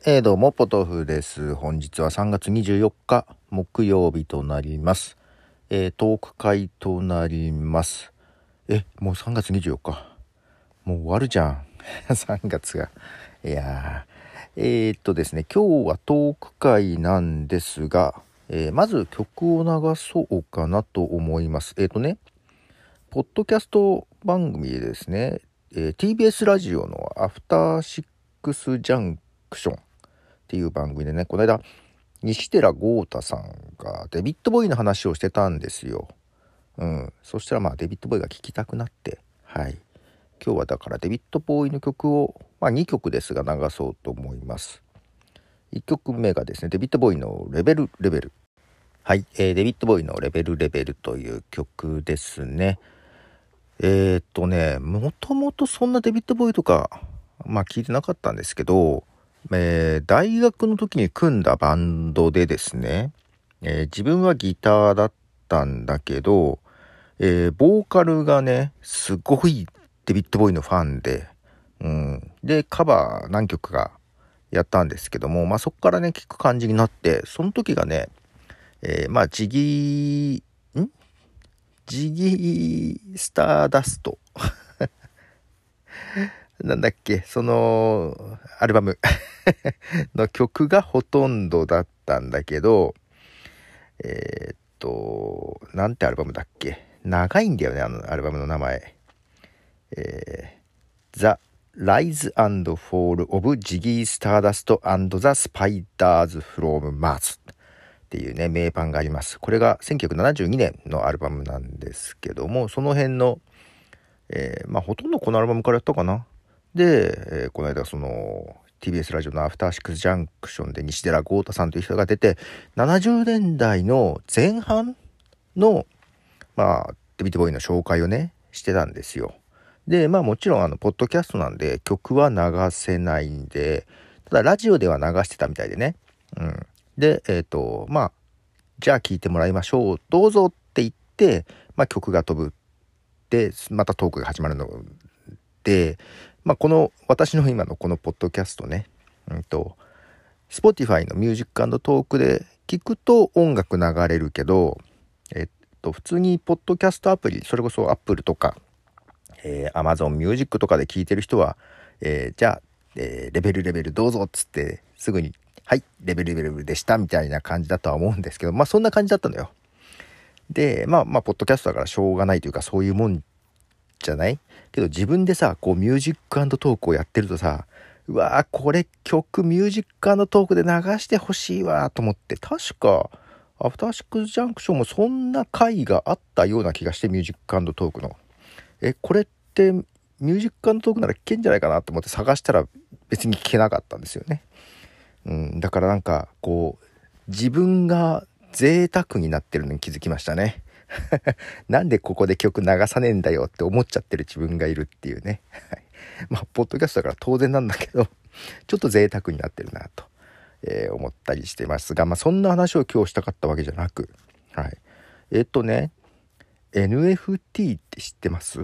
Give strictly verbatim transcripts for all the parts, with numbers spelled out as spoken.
えー、どうもポトフです。本日はさんがつにじゅうよっか木曜日となります。えー、トーク会となります。えもうさんがつにじゅうよっか、もう終わるじゃんさんがつが。いやーえー、っとですね今日はトーク会なんですが、えー、まず曲を流そうかなと思います。えー、っとねポッドキャスト番組でですね、えー、ティービーエス ラジオのアフターシックスジャンクションっていう番組でね、この間西寺豪太さんがデビッド・ボーイの話をしてたんですよ。うん、そしたらまあデビッド・ボーイが聴きたくなって、はい、今日はだからデビッド・ボーイの曲を、まあ、にきょくですが流そうと思います。いっきょくめがですねデビッド・ボーイのレベルレベル。はい、えー、デビッド・ボーイのレベルレベルという曲ですね。えー、っとねもともとそんなデビッド・ボーイとかまあ聞いてなかったんですけど、えー、大学の時に組んだバンドでですね、えー、自分はギターだったんだけど、えー、ボーカルがねすごいデビッド・ボーイのファンで、うん、でカバー何曲かやったんですけども、まあそこからね聞く感じになって、その時がね、えー、まあジギーんジギースターダストなんだっけそのアルバムの曲がほとんどだったんだけど、えー、っとなんてアルバムだっけ、長いんだよねあのアルバムの名前。えー、The Rise and Fall of Ziggy Stardust and the Spiders from Mars っていうね名盤があります。これがせんきゅうひゃくななじゅうにねんのアルバムなんですけども、その辺の、えー、まあほとんどこのアルバムからやったかな。で、えー、この間その ティービーエス ラジオのアフターシックスジャンクションで西寺豪太さんという人が出て、ななじゅうねんだいの前半のまあデビッド・ボーイの紹介をねしてたんですよ。でまあもちろんあのポッドキャストなんで曲は流せないんで、ただラジオでは流してたみたいでね、うん、でえっ、ー、とまあじゃあ聴いてもらいましょうどうぞって言って、まあ、曲が飛ぶでまたトークが始まるので、まあ、この私の今のこのポッドキャストね、うんと Spotify のミュージック&トークで聞くと音楽流れるけど、えっと普通にポッドキャストアプリ、それこそ Apple とか、えー、Amazon Music とかで聞いてる人は、えー、じゃあ、えー、レベルレベルどうぞっつってすぐにはいレベルレベルでしたみたいな感じだとは思うんですけど、まあそんな感じだったのよ。でまあまあポッドキャストだからしょうがないというかそういうもんじゃないけど、自分でさこうミュージック&トークをやってるとさ、うわーこれ曲ミュージック&トークで流してほしいわと思って、確かアフターシックスジャンクションもそんな回があったような気がして、ミュージック&トークのえこれってミュージック&トークなら聞けんじゃないかなと思って探したら別に聞けなかったんですよね。うん、だからなんかこう自分が贅沢になってるのに気づきましたねなんでここで曲流さねえんだよって思っちゃってる自分がいるっていうねまあポッドキャストだから当然なんだけどちょっと贅沢になってるなと、えー、思ったりしてますが、まあそんな話を今日したかったわけじゃなく、はいえっとね エヌエフティー って知ってます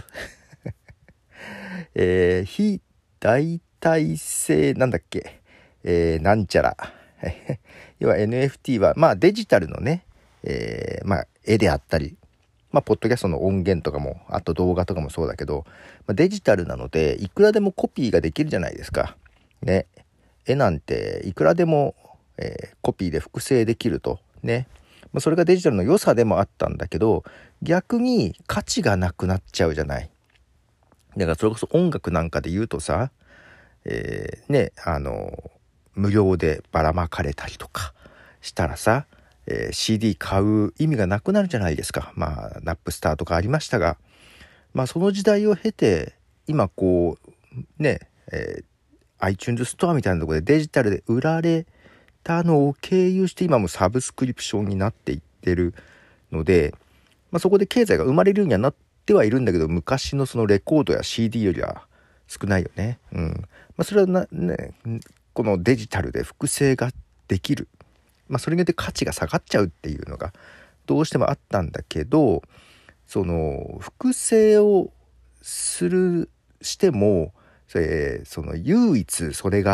えー、非代替性なんだっけ、えー、なんちゃら要は エヌエフティー はまあデジタルのね、えー、まあ絵であったり、まあポッドキャストの音源とかもあと動画とかもそうだけど、まあ、デジタルなのでいくらでもコピーができるじゃないですかね。絵なんていくらでも、えー、コピーで複製できるとね、まあ、それがデジタルの良さでもあったんだけど、逆に価値がなくなっちゃうじゃない。だからそれこそ音楽なんかで言うとさ、えー、ねあの無料でばらまかれたりとかしたらさ、えー、シーディー 買う意味がなくなるじゃないですか。まあナップスターとかありましたが、まあその時代を経て今こうね、えー、iTunes ストアみたいなところでデジタルで売られたのを経由して今もサブスクリプションになっていってるので、まあ、そこで経済が生まれるようにはなってはいるんだけど、昔のそのレコードや シーディー よりは少ないよね。うん。まあ、それはなねこのデジタルで複製ができる、まあ、それによって価値が下がっちゃうっていうのがどうしてもあったんだけど、その複製をするしてもそれその唯一それが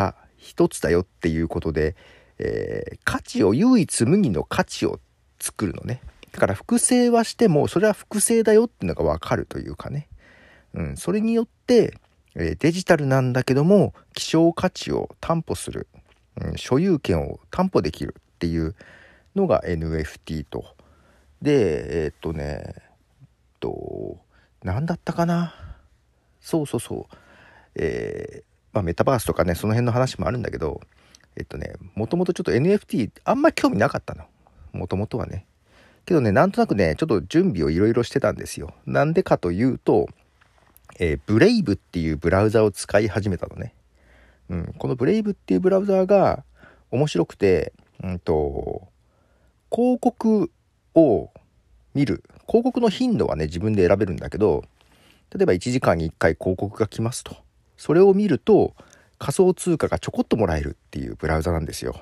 一つだよっていうことで、えー、価値を唯一無二の価値を作るのね。だから複製はしてもそれは複製だよっていうのが分かるというかね、うん、それによって、えー、デジタルなんだけども希少価値を担保する、うん、所有権を担保できるっていうのが エヌエフティー と。でえー、っとねえっと何だったかな、そうそうそう、えーまあ、メタバースとかねその辺の話もあるんだけど、えっとねもともとちょっと エヌエフティー あんま興味なかったの、もともとはね。けどねなんとなくねちょっと準備をいろいろしてたんですよ。なんでかというと、えー、ブレイブっていうブラウザを使い始めたのね。うん、このブレイブっていうブラウザが面白くて、うんと広告を見る広告の頻度はね自分で選べるんだけど、例えばいちじかんにいっかい広告が来ますと、それを見ると仮想通貨がちょこっともらえるっていうブラウザなんですよ。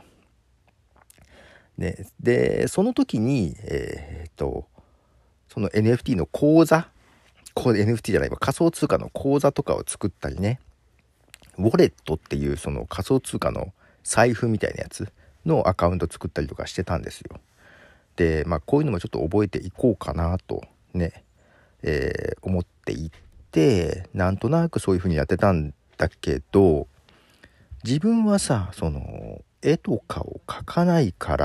ね、でその時にえー、っとその エヌエフティー の口座、これ エヌエフティー じゃないわ、仮想通貨の口座とかを作ったりね、ウォレットっていうその仮想通貨の財布みたいなやつのアカウント作ったりとかしてたんですよ。でまあこういうのもちょっと覚えていこうかなとね、えー、思っていってなんとなくそういう風にやってたんだけど、自分はさその絵とかを描かないから、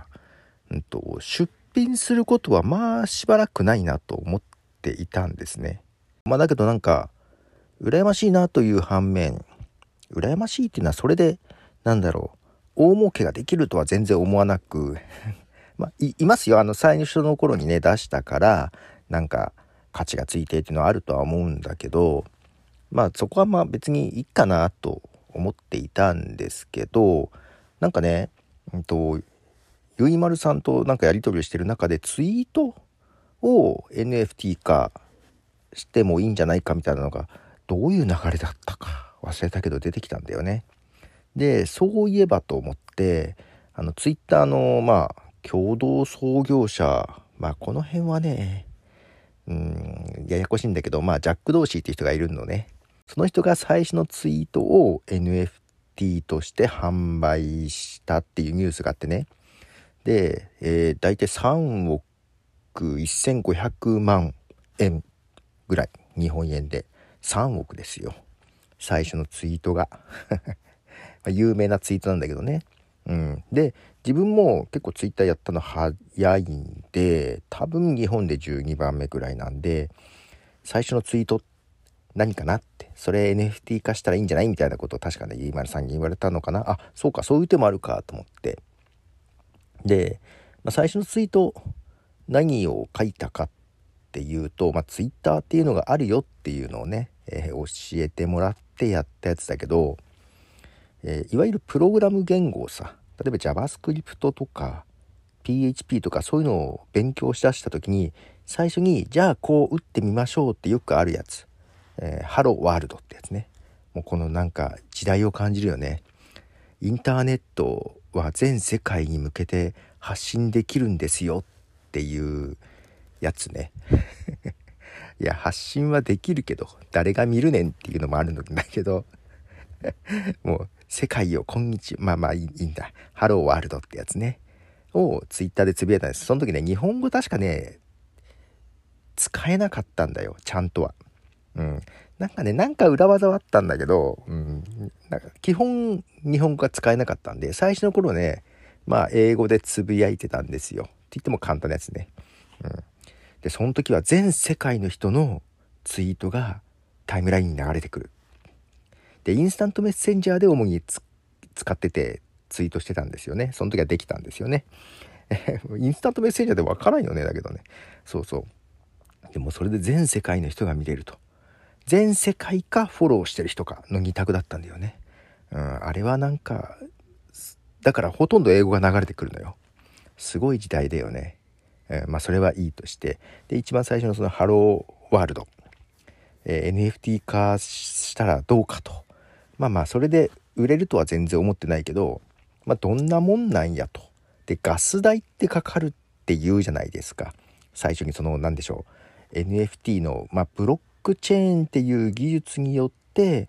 うんと、出品することはまあしばらくないなと思っていたんですね。まあだけどなんか羨ましいなという反面、羨ましいっていうのはそれでなんだろう大儲けができるとは全然思わなくまあ、い, いますよ、あの最初の頃にね出したからなんか価値がついてっていうのはあるとは思うんだけど、まあそこはまあ別にいいかなと思っていたんですけど、なんかね、うんとゆいまるさんとなんかやり取りしてる中でツイートを エヌエフティー 化してもいいんじゃないかみたいなのがどういう流れだったか忘れたけど出てきたんだよね。でそういえばと思ってあのツイッターのまあ共同創業者、まあこの辺はねうーんややこしいんだけど、まあジャック・ドーシーっていう人がいるのね。その人が最初のツイートを エヌエフティー として販売したっていうニュースがあってね。で、えー、大体さんおくせんごひゃくまんえんぐらい、日本円でさんおくですよ、最初のツイートが有名なツイートなんだけどね。うん、で自分も結構ツイッターやったの早いんで、多分日本でじゅうにばんめぐらいなんで、最初のツイート何かなって、それ エヌエフティー 化したらいいんじゃないみたいなことを確かねゆいまるさんに言われたのかな。あ、そうか、そういう手もあるかと思って、で、まあ、最初のツイート何を書いたかっていうと、まあ、ツイッターっていうのがあるよっていうのをね、えー、教えてもらってやったやつだけど、えー、いわゆるプログラム言語をさ、例えば JavaScript とか ピーエイチピー とかそういうのを勉強しだした時に、最初にじゃあこう打ってみましょうってよくあるやつ、えー、ハローワールドってやつね。もうこのなんか時代を感じるよね。インターネットは全世界に向けて発信できるんですよっていうやつねいや発信はできるけど誰が見るねんっていうのもあるんだけどもう世界をこんにちまあまあいいんだ、ハローワールドってやつねをツイッターでつぶやいたんです。その時ね日本語確かね使えなかったんだよ、ちゃんとは。うんなんかねなんか裏技はあったんだけど、うん、なんか基本日本語が使えなかったんで、最初の頃ねまあ英語でつぶやいてたんですよ。って言っても簡単なやつね。うん、でその時は全世界の人のツイートがタイムラインに流れてくる。でインスタントメッセンジャーで主に使っててツイートしてたんですよね。その時はできたんですよねインスタントメッセンジャーでわからんよねだけどね。そうそう。でもそれで全世界の人が見れると、全世界かフォローしてる人かのに択だったんだよね。うん、あれはなんかだからほとんど英語が流れてくるのよ。すごい時代だよね。えー、まあそれはいいとして、で一番最初のそのハローワールド、えー、エヌエフティー 化したらどうかと。まあまあそれで売れるとは全然思ってないけど、まあどんなもんなんやと。でガス代ってかかるって言うじゃないですか。最初にその何でしょう エヌエフティー の、まあ、ブロックチェーンっていう技術によって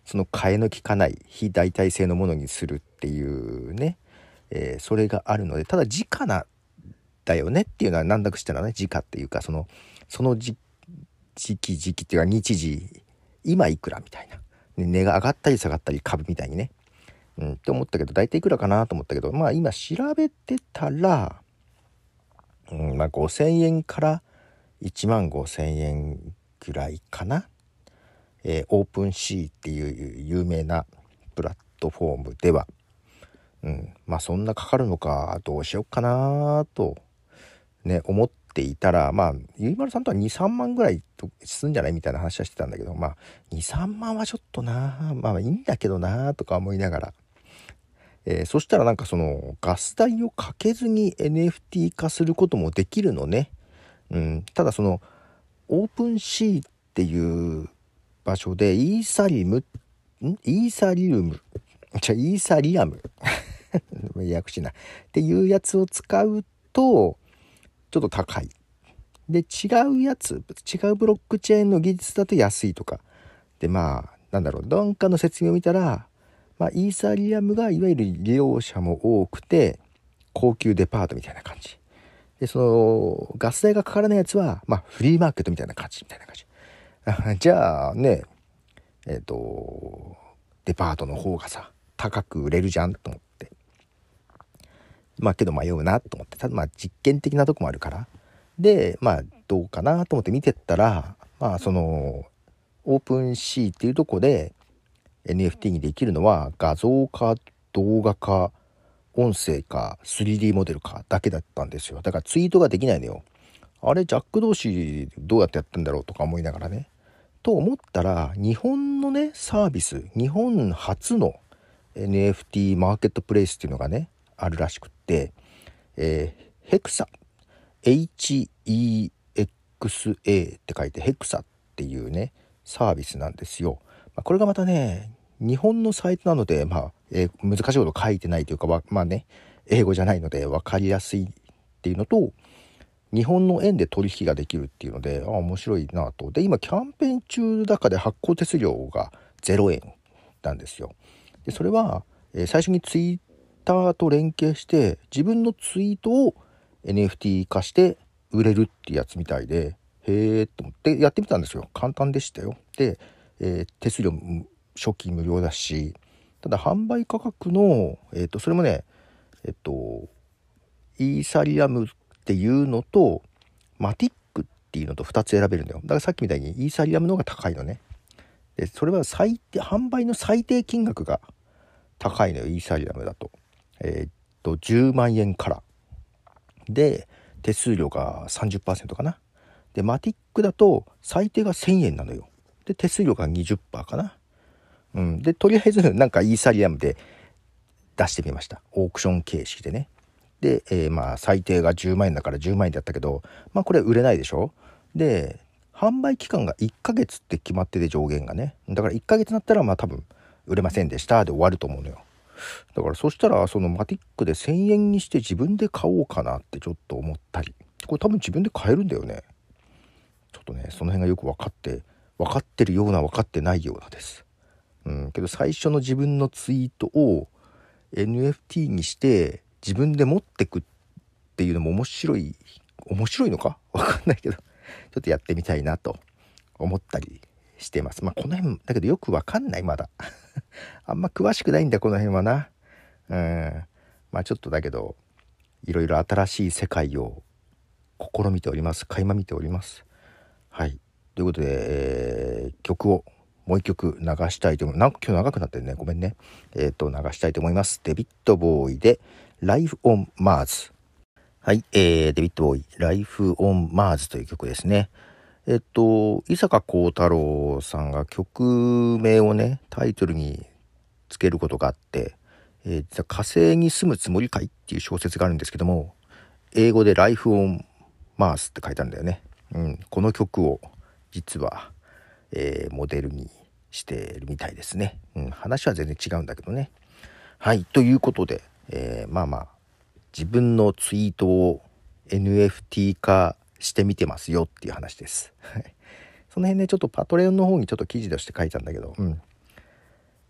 その替えの利かない非代替性のものにするっていうね、えー、それがあるので、ただ時価なだよねっていうのは何だかしたらね、時価っていうかそのその時時期時期っていうか日時今いくらみたいな、値が上がったり下がったり株みたいにね、うんって思ったけど、大体いくらかなと思ったけど、まあ今調べてたら、うん、まあごせんえんからいちまんごせんえんぐらいかな。えー、オープンシーっていう有名なプラットフォームでは、うん、まあそんなかかるのかどうしようかなとね思っていたら、まあゆいまるさんとはにさんまんぐらいとすんじゃないみたいな話はしてたんだけど、まあにさんまんはちょっとな、まあいいんだけどなとか思いながら、えー、そしたらなんかそのガス代をかけずに エヌエフティー 化することもできるのね。うん、ただそのオープンシーっていう場所でイーサリムんイーサリウムじゃイーサリアム訳しなっていうやつを使うとちょっと高いで、違うやつ違うブロックチェーンの技術だと安いとかで、まあなんだろう、なんかの説明を見たら、まあ、イーサリアムがいわゆる利用者も多くて高級デパートみたいな感じで、そのガス代がかからないやつは、まあ、フリーマーケットみたいな感じみたいな感じじゃあね、えっ、ー、とデパートの方がさ高く売れるじゃんと思って、まあけど迷うなと思って、ただまあ実験的なとこもあるからで、まあどうかなと思って見てったら、まあそのオープンシーっていうとこで エヌエフティー にできるのは画像か動画か音声か スリーディー モデルかだけだったんですよ。だからツイートができないのよ。あれジャック同士どうやってやったんだろうとか思いながらね、と思ったら日本のねサービス、日本初の エヌエフティー マーケットプレイスっていうのがねあるらしくって、えー、ヘクサ エイチイーエックスエー って書いてヘクサっていうねサービスなんですよ。まあ、これがまたね日本のサイトなので、まあ、えー、難しいこと書いてないというか、まあね英語じゃないので分かりやすいっていうのと、日本の円で取引ができるっていうので、あ面白いなと。で今キャンペーン中だかで発行手数料がゼロえんなんですよ。でそれは、えー、最初にツイッターと連携して自分のツイートを エヌエフティー 化して売れるっていうやつみたいで、へえと思ってやってみたんですよ。簡単でしたよ。で、えー、手数料初期無料だし、ただ販売価格の、えー、とそれもねえっとイーサリアムっていうのとマティックっていうのとふたつ選べるんだよ。だからさっきみたいにイーサリアムの方が高いのね。でそれは最低販売の最低金額が高いのよ。イーサリアムだとえー、っとじゅうまんえんからで手数料が さんじゅっパーセント かな。でマティックだと最低がせんえんなのよ。で手数料が にじゅっパーセント かな。うん、でとりあえずなんかイーサリアムで出してみました。オークション形式でね。で、えー、まあ最低がじゅうまんえんだからじゅうまんえんだったけど、まあこれ売れないでしょ。で販売期間がいっかげつって決まってて、上限がね。だからいっかげつになったらまあ多分売れませんでしたで終わると思うのよ。だからそしたらそのマティックでせんえんにして自分で買おうかなってちょっと思ったり、これ多分自分で買えるんだよね。ちょっとねその辺がよく分かって分かってるような分かってないようなです。うん、けど最初の自分のツイートを エヌエフティー にして自分で持ってくっていうのも面白い面白いのか分かんないけどちょっとやってみたいなと思ったりしてます。まあこの辺だけどよく分かんない、まだあんま詳しくないんだこの辺はな。うんまあちょっとだけどいろいろ新しい世界を試みております。垣間見ております。はいということで、えー、曲をもう一曲流したいと思います。なんか今日長くなってるね、ごめんね。えっと流したいと思います。デビッド・ボーイで Life on Mars。 はい、えー、デビッド・ボーイ Life on Mars という曲ですね。えっと伊坂幸太郎さんが曲名をねタイトルにつけることがあって、えー、火星に住むつもりかいっていう小説があるんですけども、英語で Life on Mars って書いてあるんだよね。うん、この曲を実は、えー、モデルにしてるみたいですね。うん、話は全然違うんだけどね。はいということで、えー、まあまあ自分のツイートを エヌエフティー 化してみてますよっていう話ですその辺ねちょっとパトレオンの方にちょっと記事として書いたんだけど、うん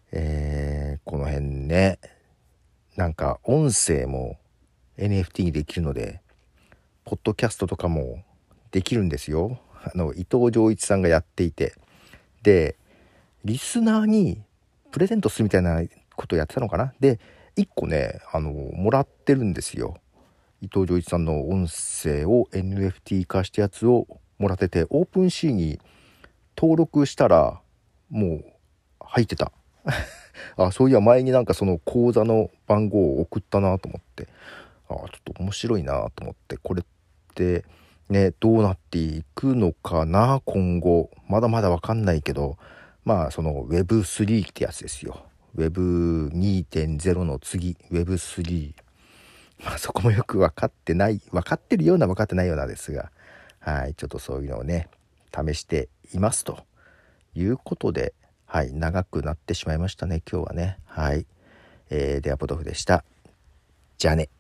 えー、この辺ね、なんか音声も エヌエフティー にできるので、ポッドキャストとかもできるんですよ。あの伊藤浄一さんがやっていて、でリスナーにプレゼントするみたいなことをやってたのかな。でいっこね、あのもらってるんですよ。伊藤浄一さんの音声を エヌエフティー 化したやつをもらってて、オープンシーに登録したらもう入ってた。あ、そういや前になんかその口座の番号を送ったなと思って、あ、ちょっと面白いなと思って、これってね、どうなっていくのかな今後。まだまだわかんないけど、まあその ウェブスリー ってやつですよ。ウェブにてんゼロ の次 ウェブスリー。まあそこもよく分かってない、分かってるような分かってないようなですが、はい、ちょっとそういうのをね試していますということで、はい、長くなってしまいましたね今日はね。はい、えー、ではポトフでした。じゃあね。